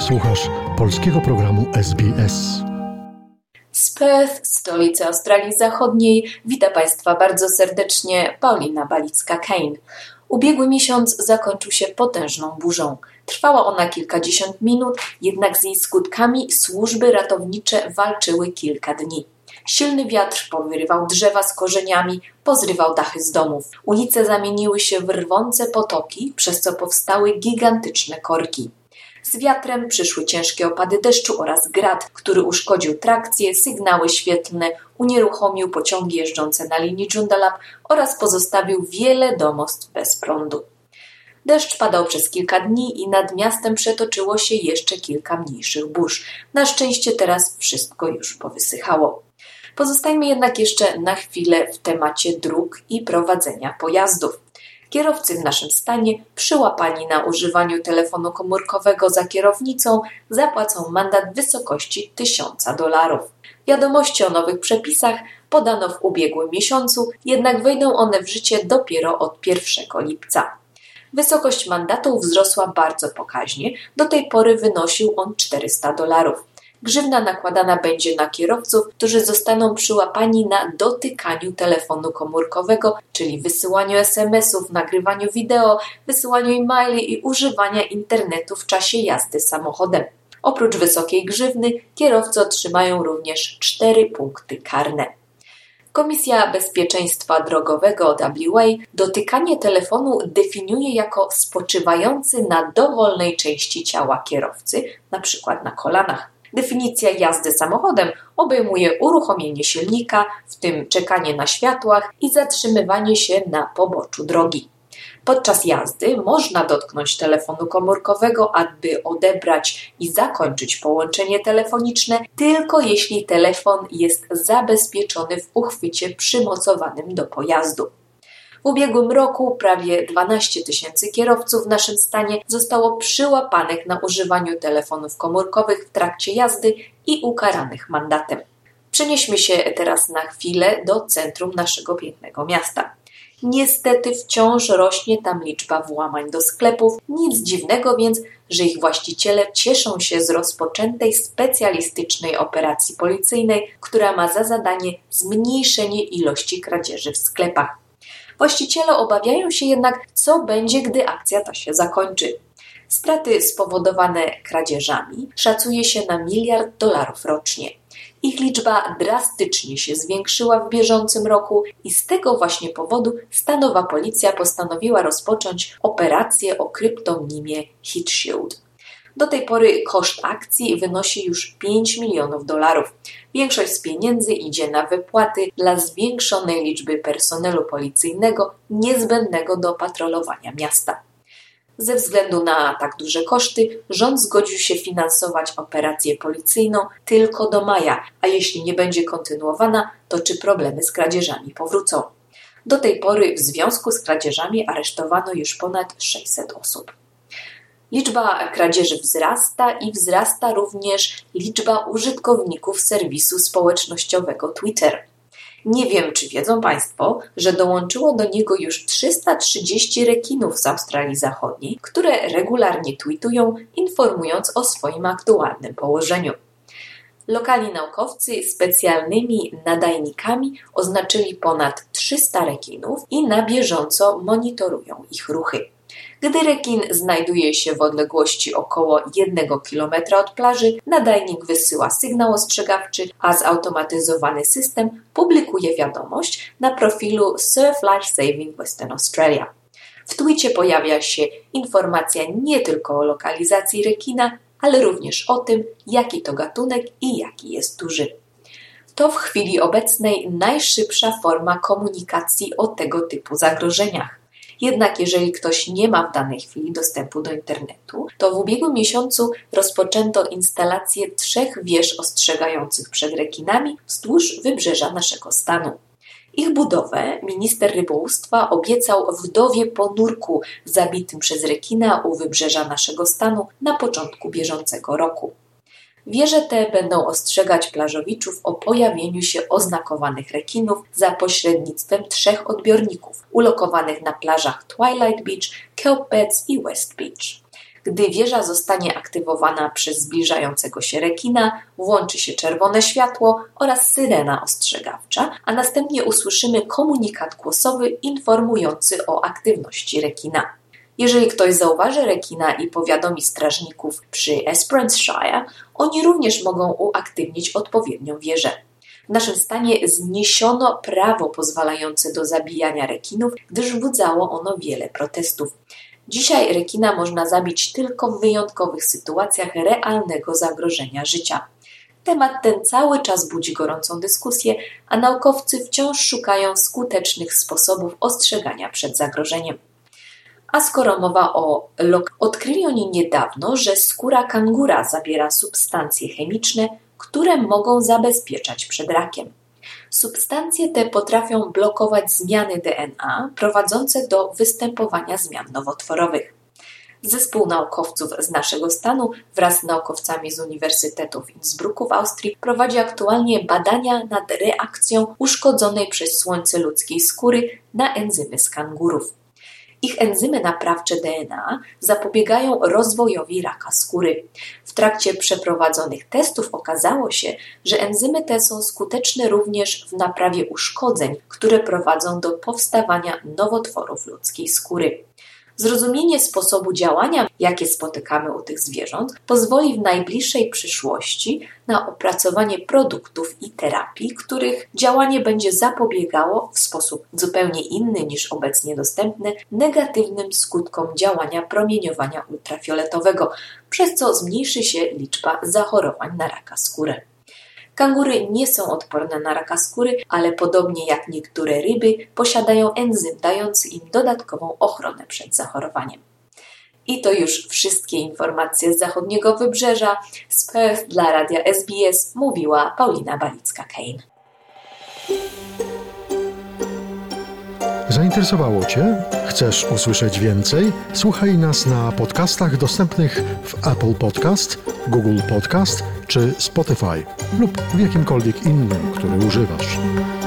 Słuchasz polskiego programu SBS. Z Perth, stolicy Australii Zachodniej, witam Państwa bardzo serdecznie Paulina Balicka-Kane. Ubiegły miesiąc zakończył się potężną burzą. Trwała ona kilkadziesiąt minut, jednak z jej skutkami służby ratownicze walczyły kilka dni. Silny wiatr powyrywał drzewa z korzeniami, pozrywał dachy z domów. Ulice zamieniły się w rwące potoki, przez co powstały gigantyczne korki. Z wiatrem przyszły ciężkie opady deszczu oraz grad, który uszkodził trakcje, sygnały świetlne, unieruchomił pociągi jeżdżące na linii Joondalup oraz pozostawił wiele domostw bez prądu. Deszcz padał przez kilka dni i nad miastem przetoczyło się jeszcze kilka mniejszych burz. Na szczęście teraz wszystko już powysychało. Pozostajmy jednak jeszcze na chwilę w temacie dróg i prowadzenia pojazdów. Kierowcy w naszym stanie przyłapani na używaniu telefonu komórkowego za kierownicą zapłacą mandat w wysokości $1000. Wiadomości o nowych przepisach podano w ubiegłym miesiącu, jednak wejdą one w życie dopiero od 1 lipca. Wysokość mandatu wzrosła bardzo pokaźnie, do tej pory wynosił on $400. Grzywna nakładana będzie na kierowców, którzy zostaną przyłapani na dotykaniu telefonu komórkowego, czyli wysyłaniu SMS-ów, nagrywaniu wideo, wysyłaniu e-maili i używania internetu w czasie jazdy samochodem. Oprócz wysokiej grzywny kierowcy otrzymają również 4 punkty karne. Komisja Bezpieczeństwa Drogowego WA dotykanie telefonu definiuje jako spoczywający na dowolnej części ciała kierowcy, np. na kolanach. Definicja jazdy samochodem obejmuje uruchomienie silnika, w tym czekanie na światłach i zatrzymywanie się na poboczu drogi. Podczas jazdy można dotknąć telefonu komórkowego, aby odebrać i zakończyć połączenie telefoniczne, tylko jeśli telefon jest zabezpieczony w uchwycie przymocowanym do pojazdu. W ubiegłym roku prawie 12 000 kierowców w naszym stanie zostało przyłapanych na używaniu telefonów komórkowych w trakcie jazdy i ukaranych mandatem. Przenieśmy się teraz na chwilę do centrum naszego pięknego miasta. Niestety wciąż rośnie tam liczba włamań do sklepów, nic dziwnego więc, że ich właściciele cieszą się z rozpoczętej specjalistycznej operacji policyjnej, która ma za zadanie zmniejszenie ilości kradzieży w sklepach. Właściciele obawiają się jednak, co będzie, gdy akcja ta się zakończy. Straty spowodowane kradzieżami szacuje się na $1 miliard rocznie. Ich liczba drastycznie się zwiększyła w bieżącym roku i z tego właśnie powodu stanowa policja postanowiła rozpocząć operację o kryptonimie Heat Shield. Do tej pory koszt akcji wynosi już $5 milionów. Większość z pieniędzy idzie na wypłaty dla zwiększonej liczby personelu policyjnego niezbędnego do patrolowania miasta. Ze względu na tak duże koszty rząd zgodził się finansować operację policyjną tylko do maja, a jeśli nie będzie kontynuowana, to czy problemy z kradzieżami powrócą. Do tej pory w związku z kradzieżami aresztowano już ponad 600 osób. Liczba kradzieży wzrasta i wzrasta również liczba użytkowników serwisu społecznościowego Twitter. Nie wiem, czy wiedzą Państwo, że dołączyło do niego już 330 rekinów z Australii Zachodniej, które regularnie tweetują, informując o swoim aktualnym położeniu. Lokalni naukowcy specjalnymi nadajnikami oznaczyli ponad 300 rekinów i na bieżąco monitorują ich ruchy. Gdy rekin znajduje się w odległości około 1 km od plaży, nadajnik wysyła sygnał ostrzegawczy, a zautomatyzowany system publikuje wiadomość na profilu Surf Life Saving Western Australia. W twicie pojawia się informacja nie tylko o lokalizacji rekina, ale również o tym, jaki to gatunek i jaki jest duży. To w chwili obecnej najszybsza forma komunikacji o tego typu zagrożeniach. Jednak jeżeli ktoś nie ma w danej chwili dostępu do internetu, to w ubiegłym miesiącu rozpoczęto instalację 3 wież ostrzegających przed rekinami wzdłuż wybrzeża naszego stanu. Ich budowę minister rybołówstwa obiecał wdowie po nurku zabitym przez rekina u wybrzeża naszego stanu na początku bieżącego roku. Wieże te będą ostrzegać plażowiczów o pojawieniu się oznakowanych rekinów za pośrednictwem 3 odbiorników ulokowanych na plażach Twilight Beach, Kelp Beds i West Beach. Gdy wieża zostanie aktywowana przez zbliżającego się rekina, włączy się czerwone światło oraz syrena ostrzegawcza, a następnie usłyszymy komunikat głosowy informujący o aktywności rekina. Jeżeli ktoś zauważy rekina i powiadomi strażników przy Esperance-shire, oni również mogą uaktywnić odpowiednią wieżę. W naszym stanie zniesiono prawo pozwalające do zabijania rekinów, gdyż wzbudzało ono wiele protestów. Dzisiaj rekina można zabić tylko w wyjątkowych sytuacjach realnego zagrożenia życia. Temat ten cały czas budzi gorącą dyskusję, a naukowcy wciąż szukają skutecznych sposobów ostrzegania przed zagrożeniem. A skoro mowa o odkryli oni niedawno, że skóra kangura zawiera substancje chemiczne, które mogą zabezpieczać przed rakiem. Substancje te potrafią blokować zmiany DNA prowadzące do występowania zmian nowotworowych. Zespół naukowców z naszego stanu wraz z naukowcami z Uniwersytetu w Innsbrucku w Austrii prowadzi aktualnie badania nad reakcją uszkodzonej przez słońce ludzkiej skóry na enzymy z kangurów. Ich enzymy naprawcze DNA zapobiegają rozwojowi raka skóry. W trakcie przeprowadzonych testów okazało się, że enzymy te są skuteczne również w naprawie uszkodzeń, które prowadzą do powstawania nowotworów ludzkiej skóry. Zrozumienie sposobu działania, jakie spotykamy u tych zwierząt, pozwoli w najbliższej przyszłości na opracowanie produktów i terapii, których działanie będzie zapobiegało w sposób zupełnie inny niż obecnie dostępne negatywnym skutkom działania promieniowania ultrafioletowego, przez co zmniejszy się liczba zachorowań na raka skóry. Kangury nie są odporne na raka skóry, ale podobnie jak niektóre ryby posiadają enzym dający im dodatkową ochronę przed zachorowaniem. I to już wszystkie informacje z zachodniego wybrzeża. Z Perth dla radia SBS mówiła Paulina Balicka-Kane. Zainteresowało Cię? Chcesz usłyszeć więcej? Słuchaj nas na podcastach dostępnych w Apple Podcast, Google Podcast czy Spotify lub w jakimkolwiek innym, który używasz.